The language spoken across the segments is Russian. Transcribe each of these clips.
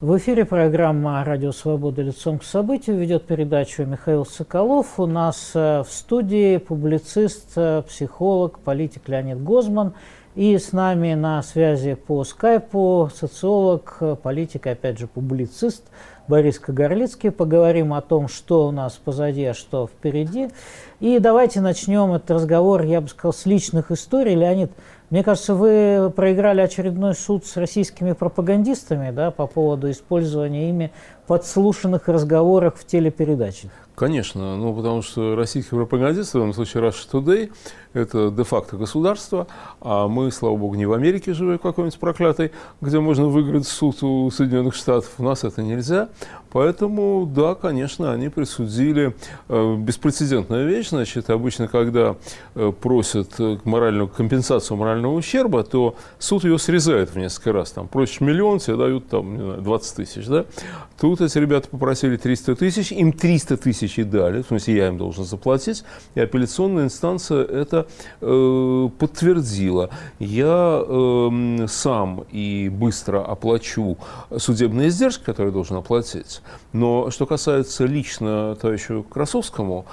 В эфире программа «Радио Свобода. Лицом к событию». Ведет передачу Михаил Соколов. У нас в студии публицист, психолог, политик Леонид Гозман. И с нами на связи по скайпу социолог, политик, опять же, публицист Борис Кагарлицкий. Поговорим о том, что у нас позади, а что впереди. И давайте начнем этот разговор, я бы сказал, с личных историй. Леонид, мне кажется, вы проиграли очередной суд с российскими пропагандистами, да, по поводу использования ими подслушанных разговоров в телепередаче. Конечно, потому что российские пропагандисты, в данном случае Russia Today, это де-факто государство, а мы, слава богу, не в Америке живем какой-нибудь проклятой, где можно выиграть суд у Соединенных Штатов. У нас это нельзя. Поэтому, да, конечно, они присудили беспрецедентную вещь. Значит, обычно, когда просят компенсацию морального ущерба, то суд ее срезает в несколько раз. Там, просишь миллион, тебе дают там, не знаю, 20 тысяч. Да? Тут эти ребята попросили 300 тысяч, им 300 тысяч и дали, в смысле, я им должен заплатить, и апелляционная инстанция это подтвердила. Я сам и быстро оплачу судебные издержки, которые должен оплатить. Но что касается лично товарищу Красовскому,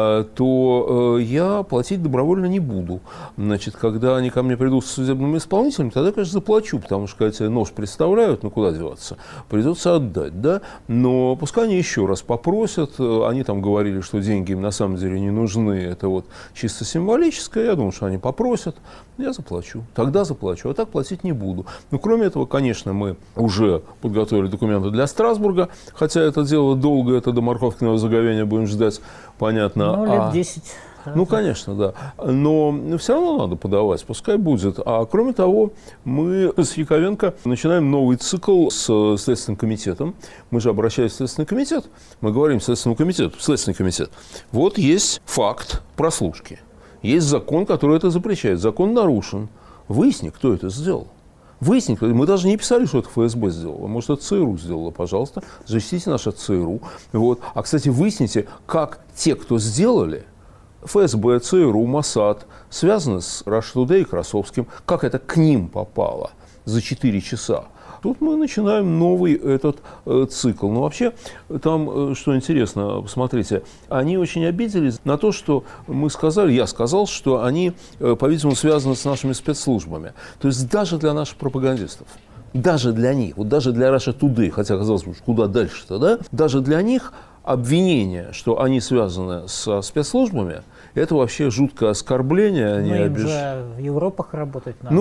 то я платить добровольно не буду. Значит, когда они ко мне придут с судебным исполнителем, тогда, конечно, заплачу, потому что когда тебе нож представляют, куда деваться, придется отдать, да? Но пускай они еще раз попросят, они там говорили, что деньги им на самом деле не нужны, это вот чисто символическое, я думаю, что они попросят, я заплачу, тогда заплачу, а так платить не буду. Но кроме этого, конечно, мы уже подготовили документы для Страсбурга, хотя это дело долго, это до морковкиного заговения будем ждать, понятно. Лет 10. Конечно, да. Но все равно надо подавать, пускай будет. А кроме того, мы с Яковенко начинаем новый цикл с Следственным комитетом. Мы же обращались в Следственный комитет. Мы говорим Следственному комитету, Следственный комитет. Вот есть факт прослушки. Есть закон, который это запрещает. Закон нарушен. Выясни, кто это сделал. Выясни, мы даже не писали, что это ФСБ сделало. Может, это ЦРУ сделало, пожалуйста. Защитите наше ЦРУ. Вот. А, кстати, выясните, как те, кто сделали, ФСБ, ЦРУ, Моссад, связаны с Russia Today и Красовским, как это к ним попало за 4 часа. Тут мы начинаем новый этот цикл. Но вообще, там, что интересно, посмотрите, они очень обиделись на то, что мы сказали, я сказал, что они, по-видимому, связаны с нашими спецслужбами. То есть даже для наших пропагандистов. Даже для них, вот даже для Russia Today, хотя, казалось бы, куда дальше-то, да? Даже для них обвинение, что они связаны со спецслужбами, это вообще жуткое оскорбление. Они им же в Европах работать надо.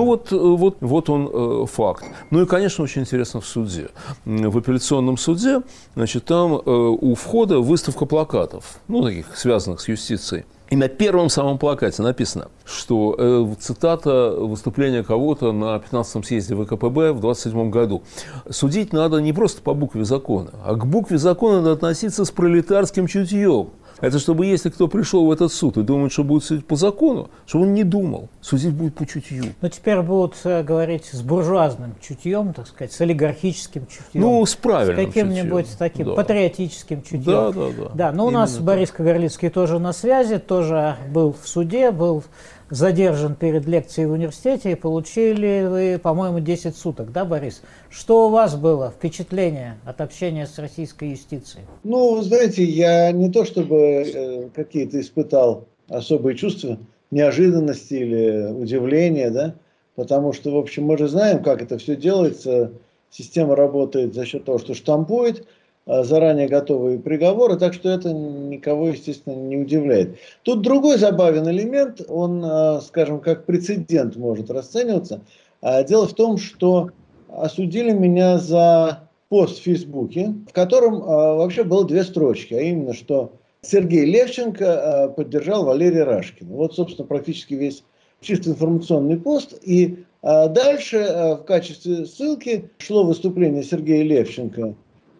Вот он факт. Ну и, конечно, очень интересно в суде. В апелляционном суде, значит, там у входа выставка плакатов, таких связанных с юстицией. И на первом самом плакате написано, что цитата выступления кого-то на 15-м съезде ВКПБ в 27 году. Судить надо не просто по букве закона, а к букве закона надо относиться с пролетарским чутьем. Это чтобы, если кто пришел в этот суд и думает, что будет судить по закону, чтобы он не думал, судить будет по чутью. Но теперь будут говорить с буржуазным чутьем, так сказать, с олигархическим чутьем. С правильным чутьем. С каким-нибудь таким патриотическим чутьем. Да, но у нас Борис Кагарлицкий тоже на связи, тоже был в суде, был задержан перед лекцией в университете, и получили вы, по-моему, 10 суток, да, Борис? Что у вас было впечатление от общения с российской юстицией? Вы знаете, я не то чтобы какие-то испытал особые чувства неожиданности или удивления, да, потому что, в общем, мы же знаем, как это все делается. Система работает за счет того, что штампует заранее готовые приговоры, так что это никого, естественно, не удивляет. Тут другой забавен элемент, он, скажем, как прецедент может расцениваться. Дело в том, что осудили меня за пост в Фейсбуке, в котором вообще было 2 строчки, а именно, что Сергей Левченко поддержал Валерия Рашкина. Вот, собственно, практически весь чисто информационный пост. И дальше в качестве ссылки шло выступление Сергея Левченко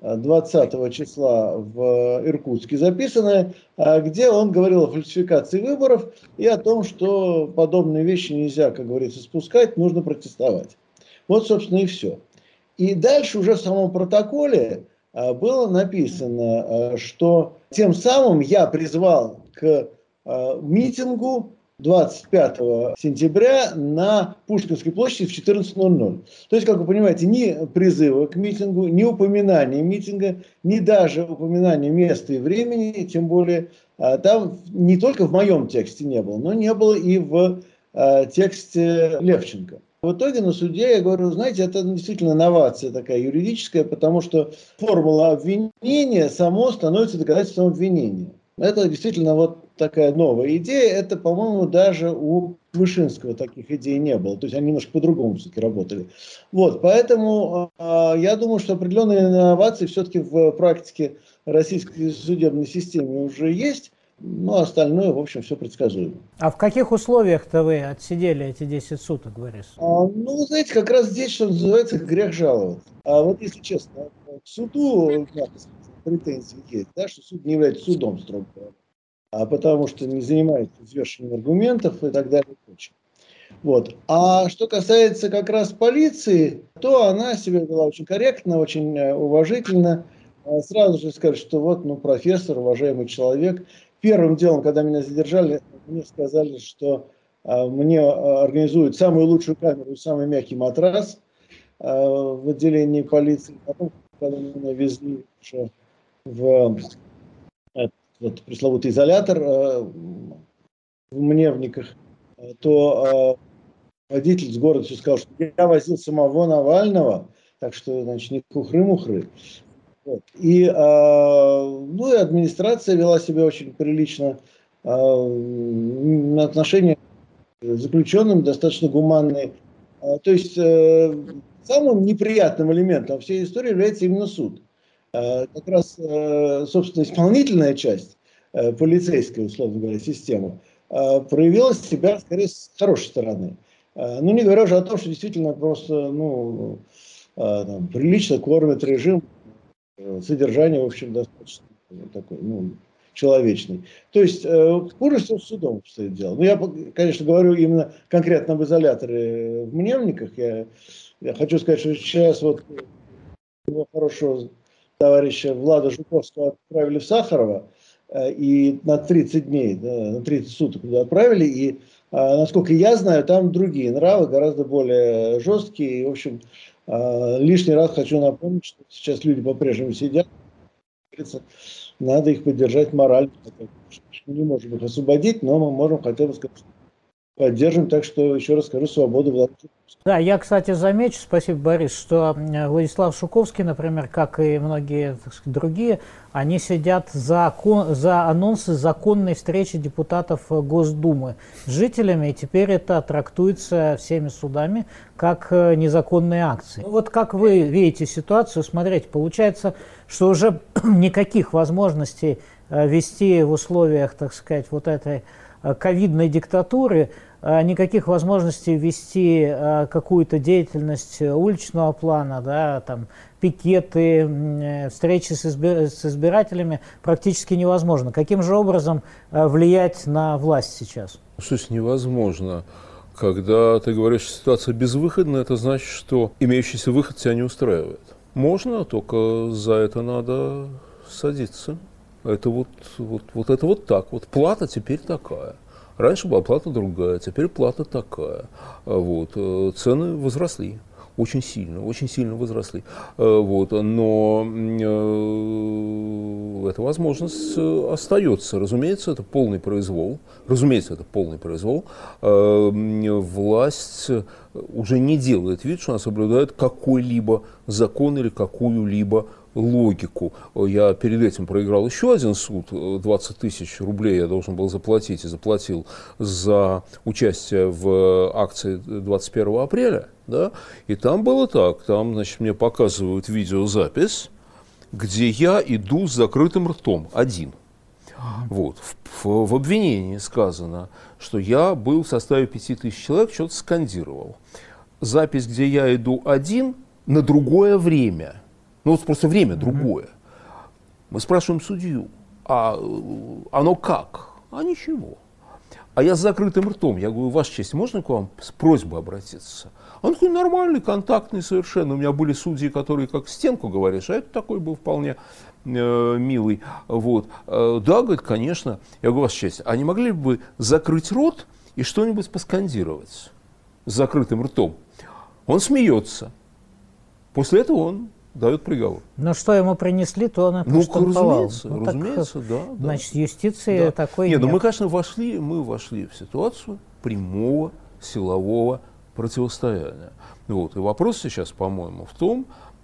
20 числа в Иркутске записанное, где он говорил о фальсификации выборов и о том, что подобные вещи нельзя, как говорится, спускать, нужно протестовать. Вот, собственно, и все. И дальше уже в самом протоколе было написано, что тем самым я призвал к митингу 25 сентября на Пушкинской площади в 14:00. То есть, как вы понимаете, ни призыва к митингу, ни упоминания митинга, ни даже упоминания места и времени, тем более там не только в моем тексте не было, но не было и в тексте Левченко. В итоге на суде я говорю, знаете, это действительно новация такая юридическая, потому что формула обвинения само становится доказательством обвинения. Это действительно вот такая новая идея. Это, по-моему, даже у Вышинского таких идей не было. То есть они немножко по-другому все-таки работали. Вот, поэтому я думаю, что определенные инновации все-таки в практике российской судебной системы уже есть. Ну, остальное, в общем, все предсказуемо. А в каких условиях-то вы отсидели эти 10 суток, Борис? Ну, вы знаете, как раз здесь, что называется, грех жаловаться. А вот если честно, к суду претензии есть, да, что суд не является судом, строго говоря, потому что не занимается взвешиванием аргументов и так далее и прочее. Вот. А что касается как раз полиции, то она себя вела очень корректно, очень уважительно. Сразу же скажу, что вот, ну, профессор, уважаемый человек. Первым делом, когда меня задержали, мне сказали, что мне организуют самую лучшую камеру и самый мягкий матрас в отделении полиции. Потом, когда меня везли уже в вот, пресловутый изолятор в Мневниках, то водитель с города все сказал, что я возил самого Навального, так что, значит, не хухры-мухры. Вот. И администрация вела себя очень прилично, отношения к заключенным достаточно гуманные. То есть самым неприятным элементом всей истории является именно суд. Как раз, собственно, исполнительная часть, полицейская, условно говоря, система, проявила себя, скорее, с хорошей стороны. Ну, не говоря уже о том, что действительно просто, прилично кормят режим, содержание, в общем, достаточно такой, человечный. То есть, хуже всего с судом обстоит дело. Ну, я, конечно, говорю именно конкретно об изоляторе в Мневниках. Я хочу сказать, что сейчас вот его хорошего товарища Влада Жуковского отправили в Сахарово, и на 30 дней, на 30 суток туда отправили, и, насколько я знаю, там другие нравы, гораздо более жесткие, и, в общем, лишний раз хочу напомнить, что сейчас люди по-прежнему сидят, надо их поддержать морально. Мы не можем их освободить, но мы можем хотя бы сказать, что поддержим. Так что, еще раз скажу, свободу Владимира. Да, я, кстати, замечу, спасибо, Борис, что Владислав Жуковский, например, как и многие, так сказать, другие, они сидят за анонсы законной встречи депутатов Госдумы с жителями, и теперь это трактуется всеми судами как незаконные акции. Вот как вы видите ситуацию, смотрите, получается, что уже никаких возможностей вести в условиях, так сказать, вот этой ковидной диктатуры, никаких возможностей вести какую-то деятельность уличного плана, да, там, пикеты, встречи с избирателями практически невозможно. Каким же образом влиять на власть сейчас? Что ж невозможно? Когда ты говоришь, что ситуация безвыходная, это значит, что имеющийся выход тебя не устраивает. Можно, только за это надо садиться. Это вот так. Вот плата теперь такая. Раньше была плата другая, теперь плата такая. Вот. Цены возросли. Очень сильно возросли. Вот. Но эта возможность остается. Разумеется, это полный произвол. Власть уже не делает вид, что она соблюдает какой-либо закон или какую-либо логику. Я перед этим проиграл еще один суд. 20 тысяч рублей я должен был заплатить и заплатил за участие в акции 21 апреля. Да? И там было так. Там, значит, мне показывают видеозапись, где я иду с закрытым ртом один. Вот. В обвинении сказано, что я был в составе 5000 человек, что-то скандировал. Запись, где я иду один, на другое время. Ну вот просто время другое. Мы спрашиваем судью, а оно как? А ничего. А я с закрытым ртом. Я говорю, Ваша честь, можно к вам с просьбой обратиться? Он такой нормальный, контактный совершенно. У меня были судьи, которые как в стенку говоришь, а это такой был вполне милый. Вот. Да, говорит, конечно. Я говорю, Ваша честь, а не могли бы вы закрыть рот и что-нибудь поскандировать с закрытым ртом, он смеется. После этого он дает приговор. Но что ему принесли, то он это штамповал. Разумеется, да. Значит, юстиции да. Такой нет. Ну мы, конечно, вошли в ситуацию прямого силового противостояния. Вот. И вопрос сейчас, по-моему, в том,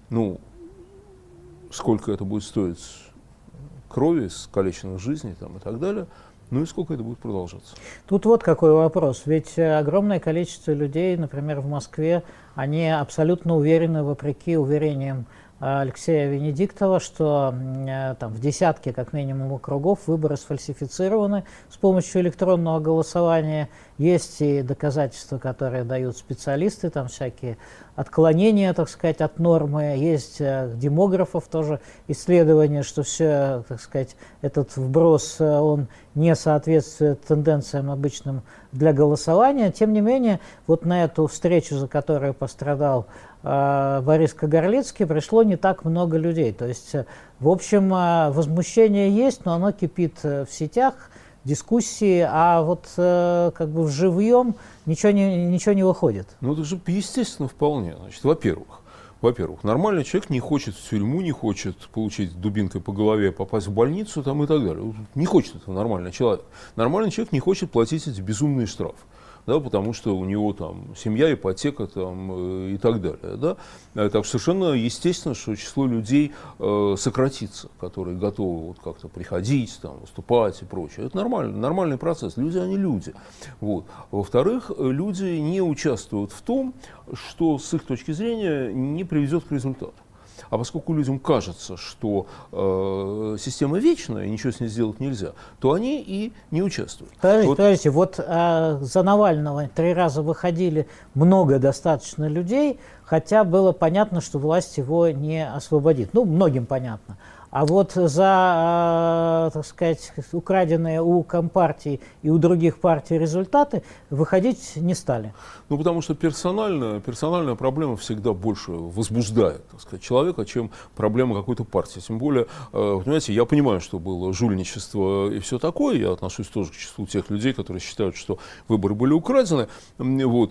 сколько это будет стоить крови, искалеченных жизней там, и так далее, и сколько это будет продолжаться. Тут вот какой вопрос. Ведь огромное количество людей, например, в Москве, они абсолютно уверены, вопреки уверениям Алексея Венедиктова, что там, в десятке, как минимум, округов выборы сфальсифицированы с помощью электронного голосования. Есть и доказательства, которые дают специалисты, там всякие отклонения, так сказать, от нормы. Есть демографов тоже исследования, что все, так сказать, этот вброс, он не соответствует тенденциям обычным для голосования. Тем не менее, вот на эту встречу, за которую пострадал Борис Кагарлицкий, пришло не так много людей. То есть, в общем, возмущение есть, но оно кипит в сетях, дискуссии, а вот как бы живьем ничего не выходит. Это же естественно вполне. Значит, во-первых, нормальный человек не хочет в тюрьму, не хочет получить дубинкой по голове, попасть в больницу там, и так далее. Не хочет этого нормальный человек. Нормальный человек не хочет платить эти безумные штрафы. Да, потому что у него там семья, ипотека там, и так далее. Да? Так что совершенно естественно, что число людей сократится, которые готовы вот как-то приходить, там, выступать и прочее. Это нормальный процесс. Люди, они люди. Вот. Во-вторых, люди не участвуют в том, что с их точки зрения не приведет к результату. А поскольку людям кажется, что система вечная и ничего с ней сделать нельзя, то они и не участвуют. Подождите, вот за Навального 3 раза выходили много достаточно людей, хотя было понятно, что власть его не освободит. Многим понятно. А вот за, так сказать, украденные у Компартии и у других партий результаты выходить не стали. Потому что персональная проблема всегда больше возбуждает, так сказать, человека, чем проблема какой-то партии. Тем более, понимаете, я понимаю, что было жульничество и все такое, я отношусь тоже к числу тех людей, которые считают, что выборы были украдены, вот.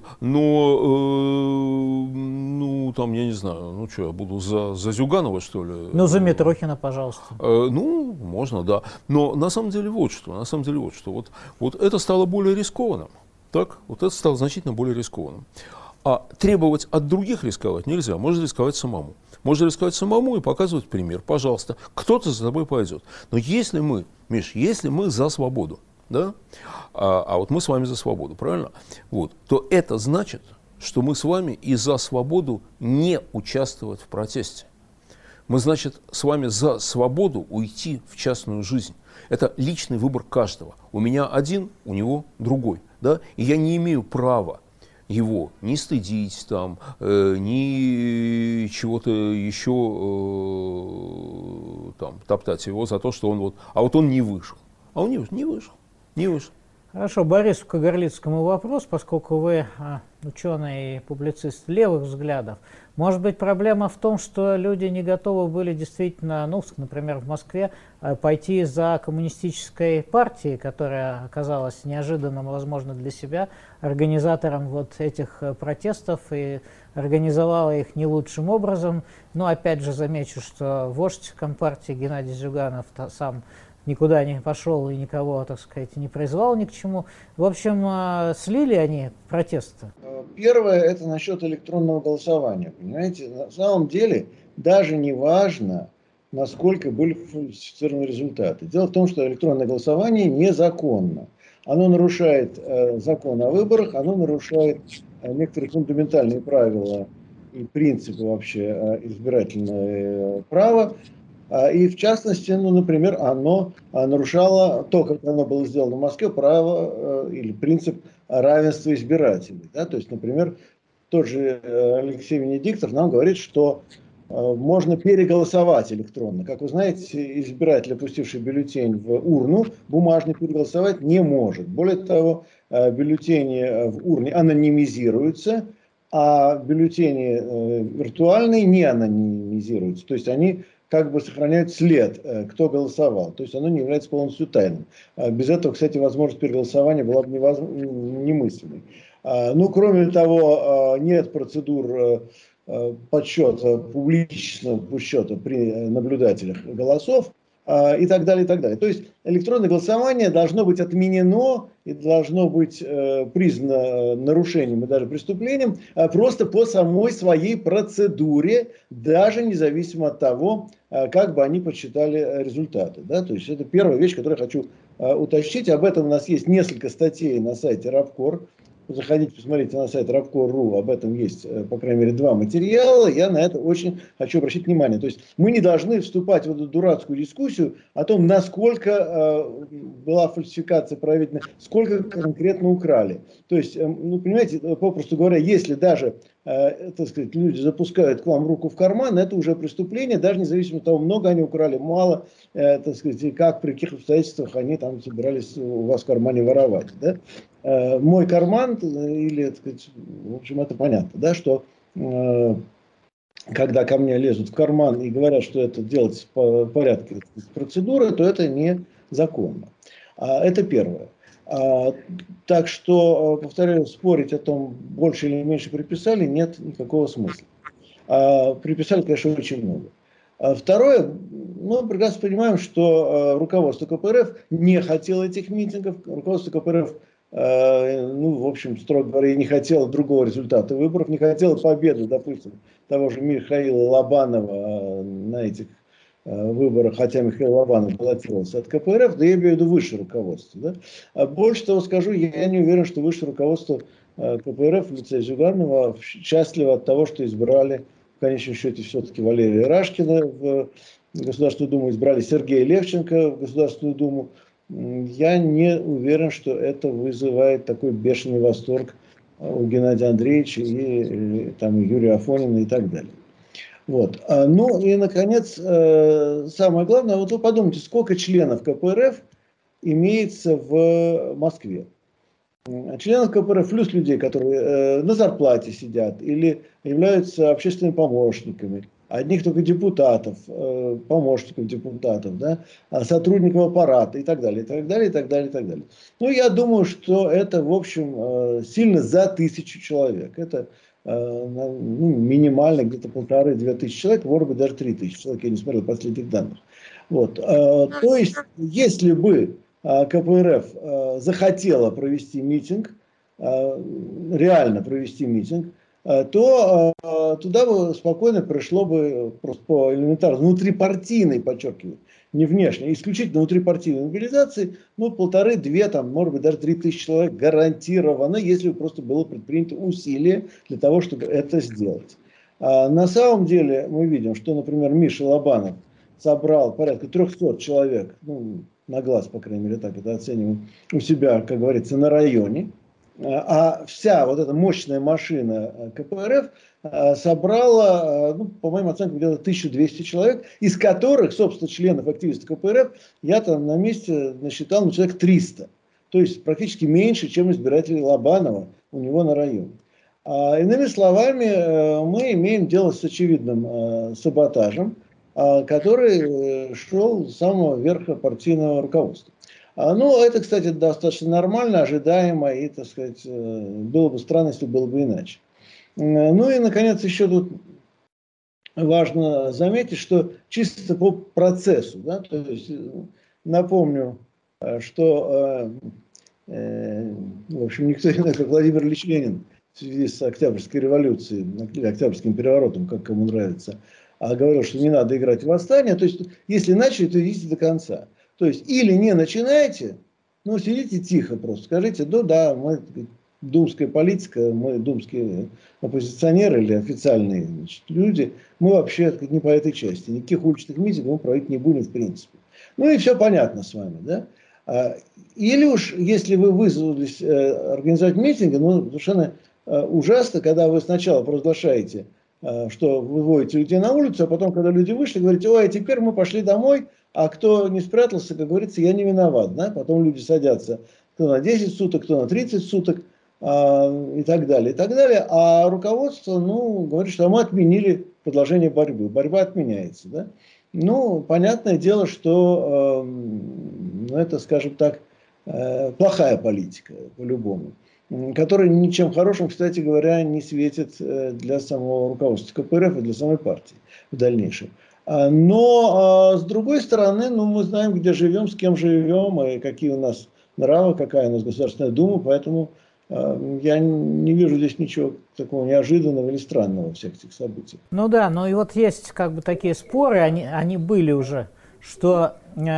Но, там, я не знаю, я буду за Зюганова, что ли? За Митрохина, пожалуйста. Можно, да. Но на самом деле вот что. Вот это стало более рискованным. Так? Вот это стало значительно более рискованным. А требовать от других рисковать нельзя. Можно рисковать самому. Можно рисковать самому и показывать пример. Пожалуйста, кто-то за тобой пойдет. Но если мы, Миш, за свободу, да? А вот мы с вами за свободу, правильно? Вот, то это значит, что мы с вами и за свободу не участвовать в протесте. Мы, значит, с вами за свободу уйти в частную жизнь. Это личный выбор каждого. У меня один, у него другой. Да? И я не имею права его ни стыдить, там, ни чего-то еще там, топтать его за то, что он вот... А вот он не вышел. А он не вышел. Хорошо, Борису Кагарлицкому вопрос, поскольку вы ученый и публицист левых взглядов. Может быть, проблема в том, что люди не готовы были действительно, например, в Москве, пойти за коммунистической партией, которая оказалась неожиданным, возможно, для себя, организатором вот этих протестов и организовала их не лучшим образом. Но опять же замечу, что вождь Компартии Геннадий Зюганов сам никуда не пошел и никого, так сказать, не призвал ни к чему. В общем, слили они протесты. Первое, это насчет электронного голосования. Понимаете, на самом деле даже не важно, насколько были фальсифицированы результаты. Дело в том, что электронное голосование незаконно. Оно нарушает закон о выборах, оно нарушает некоторые фундаментальные правила и принципы вообще избирательного права. И в частности, например, оно нарушало то, как оно было сделано в Москве, право или принцип равенства избирателей. Да? То есть, например, тот же Алексей Венедиктов нам говорит, что можно переголосовать электронно. Как вы знаете, избиратель, опустивший бюллетень в урну, бумажный переголосовать не может. Более того, бюллетени в урне анонимизируются, а бюллетени виртуальные не анонимизируются. То есть они как бы сохраняют след, кто голосовал. То есть оно не является полностью тайным. Без этого, кстати, возможность переголосования была бы немыслимой. Ну, кроме того, нет процедур подсчета, публичного счета при наблюдателях голосов и так далее, и так далее. То есть электронное голосование должно быть отменено и должно быть признано нарушением и даже преступлением просто по самой своей процедуре, даже независимо от того, как бы они подсчитали результаты. Да? То есть это первая вещь, которую я хочу уточнить. Об этом у нас есть несколько статей на сайте Рабкор. Заходите, посмотрите на сайт Рабкор.ру, об этом есть, по крайней мере, 2 материала. Я на это очень хочу обращать внимание. То есть мы не должны вступать в эту дурацкую дискуссию о том, насколько была фальсификация проведена, сколько конкретно украли. То есть, ну, понимаете, попросту говоря, если даже, так сказать, люди запускают к вам руку в карман, это уже преступление, даже независимо от того, много они украли, мало, так сказать, и как, при каких обстоятельствах они там собирались у вас в кармане воровать. Да? Мой карман, или, так сказать, в общем, это понятно, да, что когда ко мне лезут в карман и говорят, что это делать по порядку процедуры, то это незаконно. Это первое. Так что, повторяю, спорить о том, больше или меньше приписали, нет никакого смысла. Приписали, конечно, очень много. Второе, мы прекрасно понимаем, что руководство КПРФ не хотело этих митингов, руководство КПРФ, ну, в общем, строго говоря, не хотела другого результата выборов, не хотела победы, допустим, того же Михаила Лобанова на этих выборах, хотя Михаил Лобанов баллотировался от КПРФ, да я имею в виду высшее руководство. Да? Больше того скажу, я не уверен, что высшее руководство КПРФ в лице Зюганова счастливо от того, что избрали в конечном счете все-таки Валерия Рашкина в Государственную Думу, избрали Сергея Левченко в Государственную Думу. Я не уверен, что это вызывает такой бешеный восторг у Геннадия Андреевича и там, Юрия Афонина и так далее. Вот. Ну и, наконец, самое главное, вот вы подумайте, сколько членов КПРФ имеется в Москве. Членов КПРФ плюс людей, которые на зарплате сидят или являются общественными помощниками. Одних только депутатов, помощников депутатов, да, сотрудников аппарата и так далее, и так далее, и так далее, и так далее. Ну, я думаю, что это, в общем, сильно за 1000 человек. Это ну, минимально где-то 1500-2000 человек, может быть, даже 3000 человек, я не смотрел последних данных. Вот. То есть, если бы КПРФ захотела провести митинг, реально провести митинг, то туда бы спокойно пришло бы просто по элементарно внутрипартийной, подчеркиваю, не внешней, исключительно внутрипартийной мобилизации, ну, 1500-2000, там, может быть, даже 3000 человек гарантированно, если бы просто было предпринято усилие для того, чтобы это сделать. На самом деле мы видим, что, например, Миша Лобанов собрал порядка 300 человек, ну, на глаз, по крайней мере, так это оцениваем, у себя, как говорится, на районе. А вся вот эта мощная машина КПРФ собрала, ну, по моим оценкам, где-то 1200 человек, из которых, собственно, членов активистов КПРФ, я там на месте насчитал, ну, человек 300. То есть практически меньше, чем избирателей Лобанова у него на районе. Иными словами, мы имеем дело с очевидным саботажем, который шел с самого верха партийного руководства. Ну, это, кстати, достаточно нормально, ожидаемо, и, так сказать, было бы странно, если было бы иначе. Ну и, наконец, еще тут важно заметить, что чисто по процессу, да, то есть, напомню, что, в общем, никто иной, как Владимир Ильич Ленин в связи с Октябрьской революцией, или Октябрьским переворотом, как кому нравится, говорил, что не надо играть в восстание, то есть, если начали, то идите до конца. То есть, или не начинайте, ну, сидите тихо просто, скажите, ну да, мы думская политика, мы думские оппозиционеры или официальные, значит, люди, мы вообще не по этой части, никаких уличных митингов мы проводить не будем в принципе. Ну и все понятно с вами, да. Или уж, если вы вызвались организовать митинги, ну, совершенно ужасно, когда вы сначала провозглашаете, что вы выводите людей на улицу, а потом, когда люди вышли, говорите, ой, а теперь мы пошли домой, а кто не спрятался, как говорится, я не виноват. Да? Потом люди садятся, кто на 10 суток, кто на 30 суток и так далее, и так далее. А руководство, ну, говорит, что мы отменили предложение борьбы. Борьба отменяется. Да? Ну, понятное дело, что это, скажем так, плохая политика, по-любому, которая ничем хорошим, кстати говоря, не светит для самого руководства КПРФ и для самой партии в дальнейшем. Но, с другой стороны, ну, мы знаем, где живем, с кем живем, и какие у нас нравы, какая у нас Государственная Дума, поэтому я не вижу здесь ничего такого неожиданного или странного во всех этих событиях. Ну да, но и вот есть как бы такие споры, они были уже, что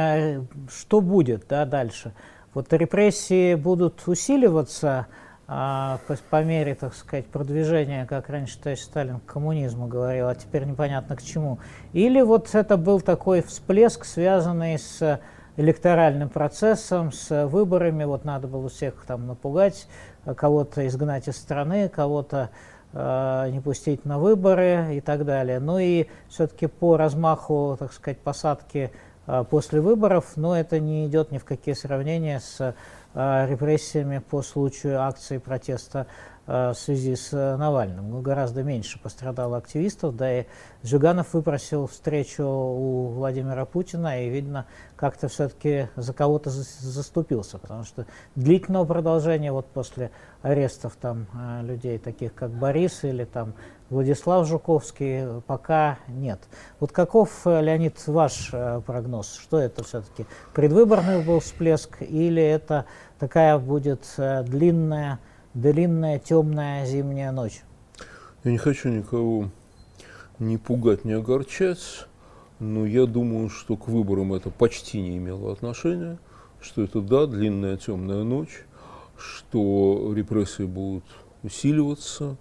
будет, да, дальше. Вот репрессии будут усиливаться по мере, так сказать, продвижения, как раньше товарищ Сталин к коммунизму говорил, а теперь непонятно к чему. Или вот это был такой всплеск, связанный с электоральным процессом, с выборами, вот надо было всех там напугать, кого-то изгнать из страны, кого-то не пустить на выборы и так далее. Ну и все-таки по размаху, так сказать, посадки после выборов, но это не идет ни в какие сравнения с репрессиями по случаю акции протеста в связи с Навальным. Ну, гораздо меньше пострадало активистов, да и Зюганов выпросил встречу у Владимира Путина, и, видно, как-то все-таки за кого-то заступился, потому что длительного продолжения вот после арестов там людей, таких как Борис или там Владислав Жуковский, пока нет. Вот каков, Леонид, ваш прогноз? Что это все-таки? Предвыборный был всплеск или это такая будет длинная темная зимняя ночь? Я не хочу никого ни пугать, ни огорчать, но я думаю, что к выборам это почти не имело отношения, что это, да, длинная темная ночь, что репрессии будут усиливаться,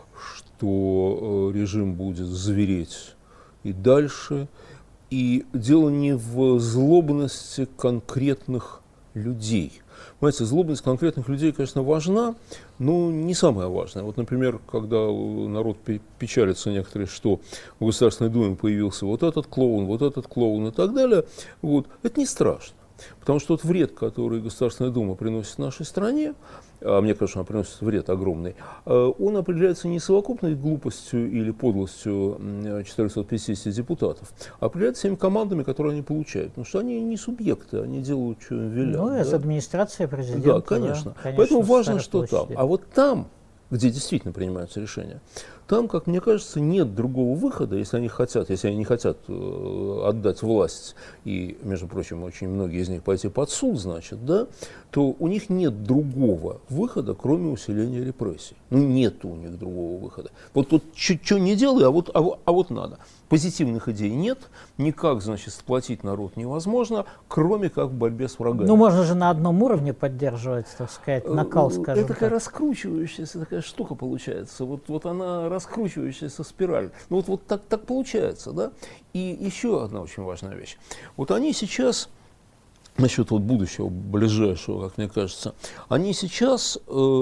что режим будет звереть и дальше. И дело не в злобности конкретных людей. Понимаете, злобность конкретных людей, конечно, важна, но не самое важное. Вот, например, когда народ печалится некоторые, что в Государственной Думе появился вот этот клоун и так далее, вот, это не страшно. Потому что тот вред, который Государственная Дума приносит нашей стране, а мне кажется, она приносит вред огромный, он определяется не совокупной глупостью или подлостью 450 депутатов, а определяется теми командами, которые они получают. Потому что они не субъекты, они делают, что им велят. Ну, да? Из администрации президента. Да, конечно. Поэтому важно, что там. А вот там, где действительно принимаются решения, там, как мне кажется, нет другого выхода, если они не хотят отдать власть, и, между прочим, очень многие из них пойти под суд, значит, да, то у них нет другого выхода, кроме усиления репрессий. Ну, нет у них другого выхода. Вот тут что не делай, а вот надо. Позитивных идей нет, никак, значит, сплотить народ невозможно, кроме как в борьбе с врагами. Ну, можно же на одном уровне поддерживать, так сказать, накал, скажем это такая так. раскручивающаяся такая штука получается. Вот она раскручивающаяся спираль. Ну, вот так получается, да? И еще одна очень важная вещь. Вот они сейчас, насчет вот будущего ближайшего, как мне кажется, они сейчас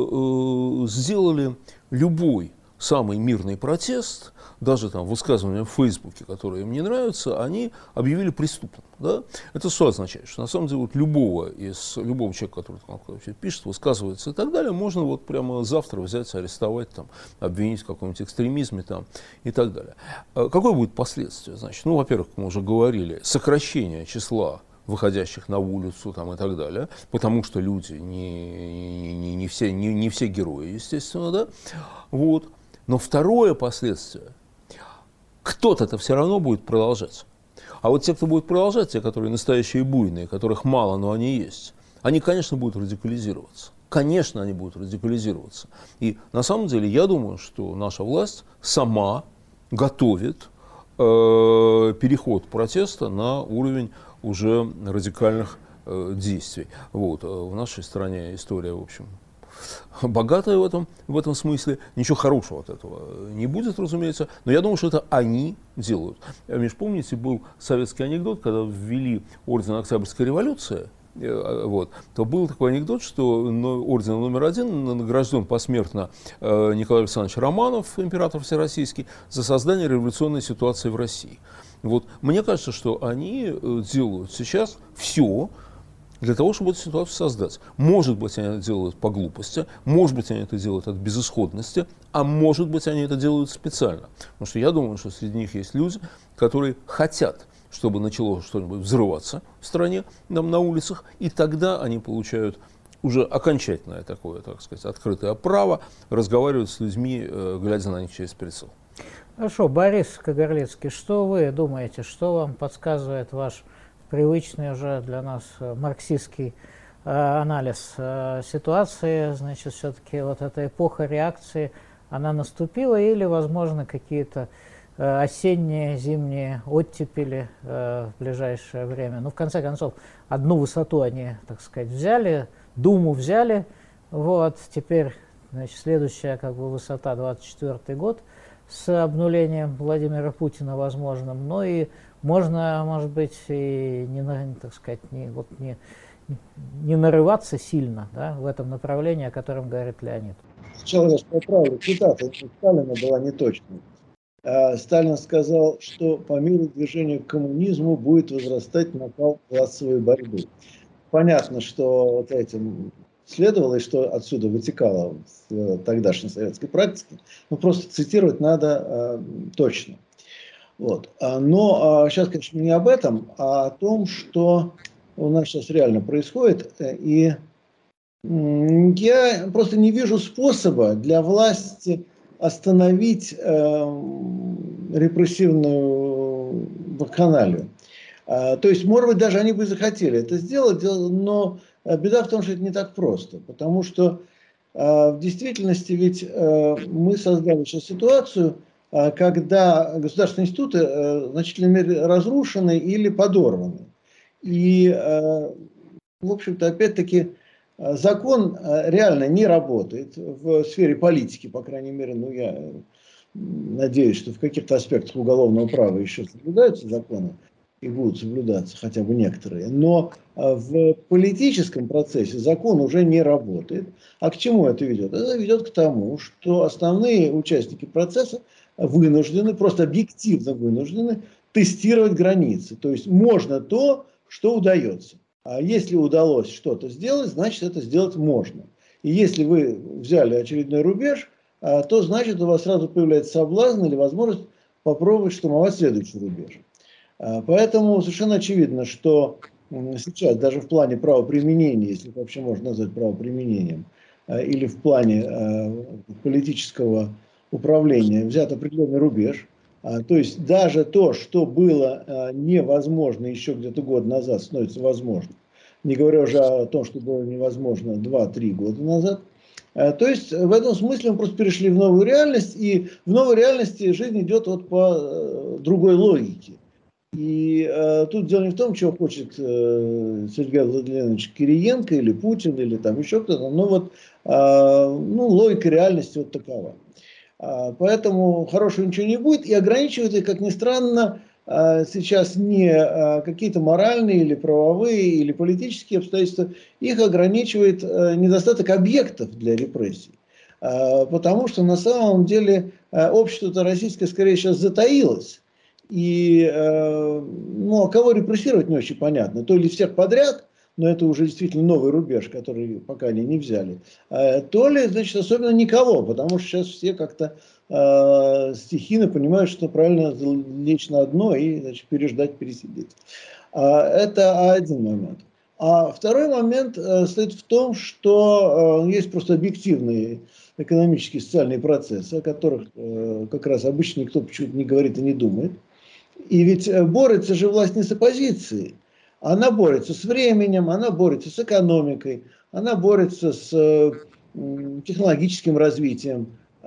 сделали любой самый мирный протест, даже там высказывания в Фейсбуке, которые им не нравятся, они объявили преступным. Да? Это что означает? Что на самом деле вот любого человека, который там вообще пишет, высказывается и так далее, можно вот прямо завтра взять, арестовать, там, обвинить в каком-нибудь экстремизме там, и так далее. Какое будет последствие? Значит, ну, во-первых, мы уже говорили, сокращение числа выходящих на улицу там, и так далее, потому что люди не все герои, естественно, да? Вот. Но второе последствие, кто-то это все равно будет продолжать. А вот те, кто будет продолжать, те, которые настоящие буйные, которых мало, но они есть, они, конечно, будут радикализироваться. Конечно, они будут радикализироваться. И на самом деле я думаю, что наша власть сама готовит переход протеста на уровень уже радикальных действий. Вот. В нашей стране история, в общем, богатая в этом смысле. Ничего хорошего от этого не будет, разумеется. Но я думаю, что это они делают. Между помните, был советский анекдот, когда ввели орден Октябрьской революции, вот, то был такой анекдот, что орден номер 1 награжден посмертно Николай Александрович Романов, император всероссийский, за создание революционной ситуации в России. Вот. Мне кажется, что они делают сейчас все для того, чтобы эту ситуацию создать. Может быть, они это делают по глупости, может быть, они это делают от безысходности, а может быть, они это делают специально. Потому что я думаю, что среди них есть люди, которые хотят чтобы начало что-нибудь взрываться в стране, на улицах, и тогда они получают уже окончательное такое, так сказать, открытое право разговаривать с людьми, глядя на них через прицел. Хорошо, Борис Кагарлицкий, что вы думаете, что вам подсказывает ваш привычный уже для нас марксистский анализ ситуации? Значит, все-таки вот эта эпоха реакции, она наступила или, возможно, какие-то осенние, зимние оттепели в ближайшее время? Ну, в конце концов, одну высоту они, так сказать, взяли, Думу взяли, вот, теперь, значит, следующая как бы высота 24-й год с обнулением Владимира Путина возможным, но и можно, может быть, и не, так сказать, не нарываться сильно, да, в этом направлении, о котором говорит Леонид. Сначала я поправлю, цитата Сталина была неточной. Сталин сказал, что по мере движения к коммунизму будет возрастать накал классовой борьбы. Понятно, что вот этим следовало и что отсюда вытекало в тогдашней советской практике, но просто цитировать надо точно. Вот. Но сейчас, конечно, не об этом, а о том, что у нас сейчас реально происходит. И я просто не вижу способа для власти остановить репрессивную вакханалию. То есть, может быть, даже они бы захотели это сделать, но беда в том, что это не так просто. Потому что в действительности ведь мы создали сейчас ситуацию, когда государственные институты в значительной мере разрушены или подорваны. И, в общем-то, опять-таки, закон реально не работает в сфере политики, по крайней мере, ну, я надеюсь, что в каких-то аспектах уголовного права еще соблюдаются законы и будут соблюдаться хотя бы некоторые. Но в политическом процессе закон уже не работает. А к чему это ведет? Это ведет к тому, что основные участники процесса вынуждены, просто объективно вынуждены тестировать границы. То есть можно то, что удается. А если удалось что-то сделать, значит это сделать можно. И если вы взяли очередной рубеж, то значит у вас сразу появляется соблазн или возможность попробовать штурмовать следующий рубеж. Поэтому совершенно очевидно, что сейчас даже в плане правоприменения, если это вообще можно назвать правоприменением, или в плане политического управления взят определенный рубеж. То есть даже то, что было невозможно еще где-то год назад, становится возможным. Не говоря уже о том, что было невозможно 2-3 года назад. То есть в этом смысле мы просто перешли в новую реальность, и в новой реальности жизнь идет вот по другой логике. И тут дело не в том, чего хочет Сергей Владимирович Кириенко или Путин, или там еще кто-то, но вот логика реальности вот такова. Поэтому хорошего ничего не будет, и ограничивает их, как ни странно, сейчас не какие-то моральные или правовые или политические обстоятельства, их ограничивает недостаток объектов для репрессий. Потому что на самом деле общество-то российское скорее сейчас затаилось. И а кого репрессировать не очень понятно. То ли всех подряд, но это уже действительно новый рубеж, который пока они не взяли, то ли, значит, особенно никого, потому что сейчас все как-то стихийно понимают, что правильно лечь на дно и, значит, переждать, пересидеть. Это один момент. А второй момент стоит в том, что есть просто объективные экономические и социальные процессы, о которых как раз обычно никто почему-то не говорит и не думает. И ведь борется же власть не с оппозицией. Она борется с временем, она борется с экономикой, она борется с технологическим развитием,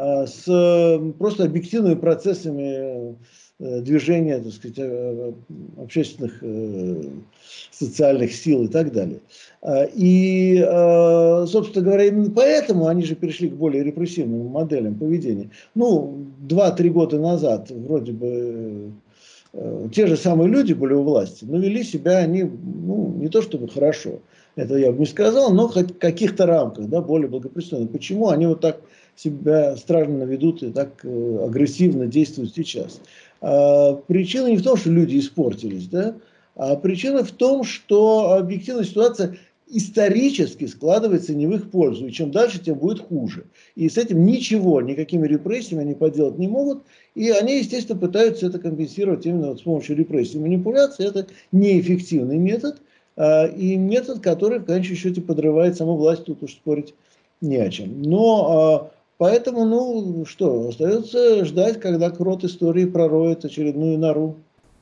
с просто объективными процессами движения, так сказать, общественных, социальных сил и так далее. И, собственно говоря, именно поэтому они же перешли к более репрессивным моделям поведения. Ну, 2-3 года назад вроде бы те же самые люди были у власти, но вели себя они, не то чтобы хорошо, это я бы не сказал, но хоть в каких-то рамках, да, более благопристойно. Почему они вот так себя странно ведут и так агрессивно действуют сейчас? Причина не в том, что люди испортились, да, а причина в том, что объективная ситуация исторически складывается не в их пользу. И чем дальше, тем будет хуже. И с этим ничего, никакими репрессиями они поделать не могут. И они, естественно, пытаются это компенсировать именно вот с помощью репрессий. Манипуляция – это неэффективный метод. И метод, который в конечном счете подрывает саму власть, тут уж спорить не о чем. Но поэтому, ну что, остается ждать, когда крот истории пророет очередную нору.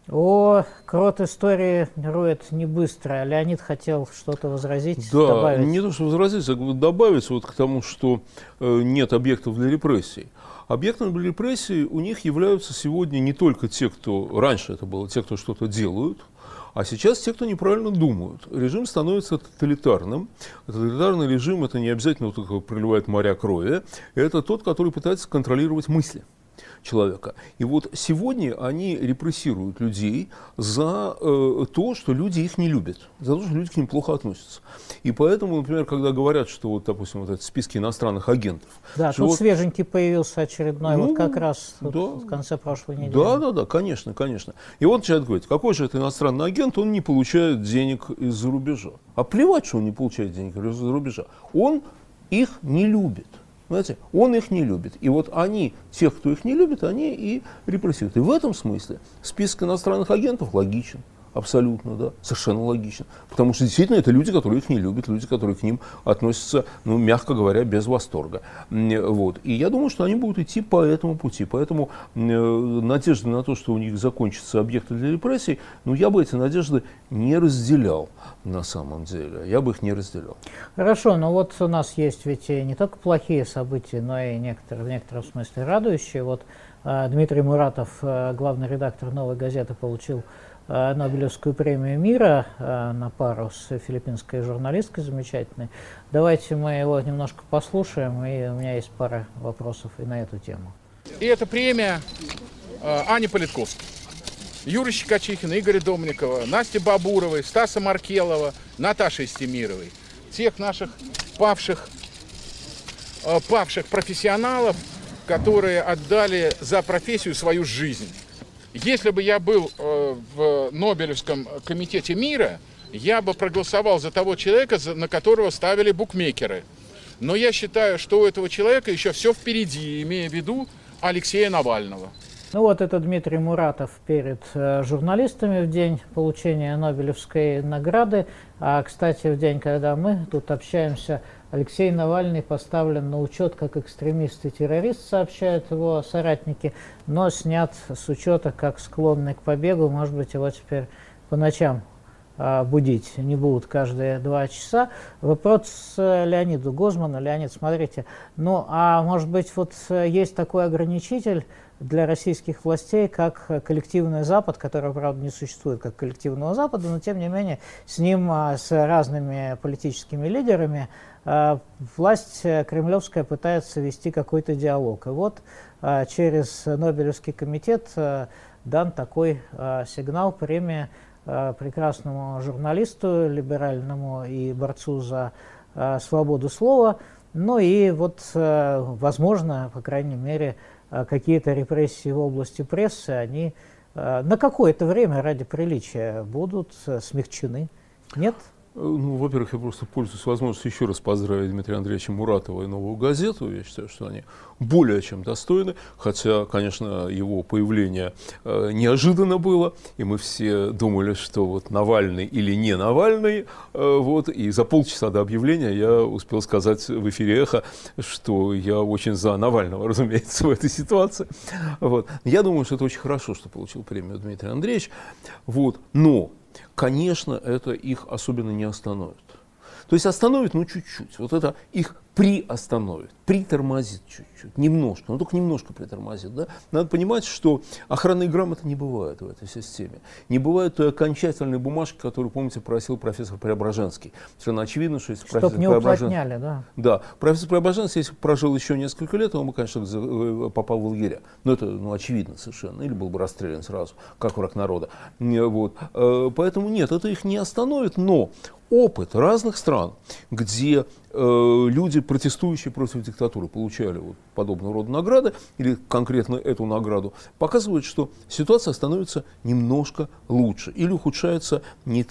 Крот истории роет не быстро. Леонид хотел что-то возразить, да, добавить. Не то, что возразить, а добавить вот к тому, что нет объектов для репрессий. Объектом для репрессий у них являются сегодня не только те, кто раньше это было, те, кто что-то делают, а сейчас те, кто неправильно думают. Режим становится тоталитарным. Тоталитарный режим – это не обязательно тот, кто проливает моря крови, это тот, который пытается контролировать мысли человека. И вот сегодня они репрессируют людей за то, что люди их не любят, за то, что люди к ним плохо относятся. И поэтому, например, когда говорят, что, вот, допустим, вот этот списки иностранных агентов. Да, тут вот, свеженький появился очередной, вот как раз в конце прошлой недели. Да, конечно. И вот человек говорит, какой же это иностранный агент, он не получает денег из-за рубежа. А плевать, что он не получает денег из-за рубежа. Он их не любит. Знаете, он их не любит. И вот они, тех, кто их не любит, они и репрессируют. И в этом смысле список иностранных агентов логичен. Абсолютно, да, совершенно логично. Потому что действительно это люди, которые их не любят, люди, которые к ним относятся, ну, мягко говоря, без восторга. Вот. И я думаю, что они будут идти по этому пути. Поэтому надежды на то, что у них закончатся объекты для репрессий, ну, я бы эти надежды не разделял на самом деле. Я бы их не разделял. Хорошо, но вот у нас есть ведь не только плохие события, но и в некотором смысле радующие. Вот Дмитрий Муратов, главный редактор «Новой газеты», получил Нобелевскую премию мира на пару с филиппинской журналисткой замечательной. Давайте мы его немножко послушаем, и у меня есть пара вопросов и на эту тему. И это премия Ани Политковской, Юры Щекочихина, Игоря Домникова, Насти Бабуровой, Стаса Маркелова, Наташи Истемировой. Тех наших павших профессионалов, которые отдали за профессию свою жизнь. Если бы я был в Нобелевском комитете мира, я бы проголосовал за того человека, на которого ставили букмекеры. Но я считаю, что у этого человека еще все впереди, имея в виду Алексея Навального. Ну вот это Дмитрий Муратов перед журналистами в день получения Нобелевской награды. А, кстати, в день, когда мы тут общаемся, Алексей Навальный поставлен на учет как экстремист и террорист, сообщают его соратники, но снят с учета как склонный к побегу. Может быть, его теперь по ночам будить не будут каждые 2 часа. Вопрос Леониду Гозману. Леонид, смотрите, ну а может быть вот есть такой ограничитель для российских властей, как коллективный Запад, который, правда, не существует как коллективного Запада, но тем не менее с ним, с разными политическими лидерами, власть кремлевская пытается вести какой-то диалог. И вот через Нобелевский комитет дан такой сигнал, премия прекрасному журналисту, либеральному и борцу за свободу слова. Ну и вот, возможно, по крайней мере, какие-то репрессии в области прессы, они на какое-то время ради приличия будут смягчены. Нет? Ну, во-первых, я просто пользуюсь возможностью еще раз поздравить Дмитрия Андреевича Муратова и «Новую газету». Я считаю, что они более чем достойны, хотя, конечно, его появление неожиданно было, и мы все думали, что вот Навальный или не Навальный, вот, и за полчаса до объявления я успел сказать в эфире «Эхо», что я очень за Навального, разумеется, в этой ситуации. Вот. Я думаю, что это очень хорошо, что получил премию Дмитрий Андреевич, вот, но конечно, это их особенно не остановит. То есть остановит, ну, чуть-чуть. Вот это их приостановит, притормозит чуть-чуть, немножко, но только немножко притормозит. Да? Надо понимать, что охранной грамоты не бывает в этой системе. Не бывает той окончательной бумажки, которую, помните, просил профессор Преображенский. Совершенно очевидно, что если профессор Преображенский... да. Да, профессор Преображенский, если бы прожил еще несколько лет, он бы, конечно, попал в лагеря. Но это, ну, очевидно совершенно. Или был бы расстрелян сразу, как враг народа. Вот. Поэтому нет, это их не остановит, но опыт разных стран, где люди, протестующие против диктатуры, получали вот подобного рода награды, или конкретно эту награду, показывает, что ситуация становится немножко лучше или ухудшается не так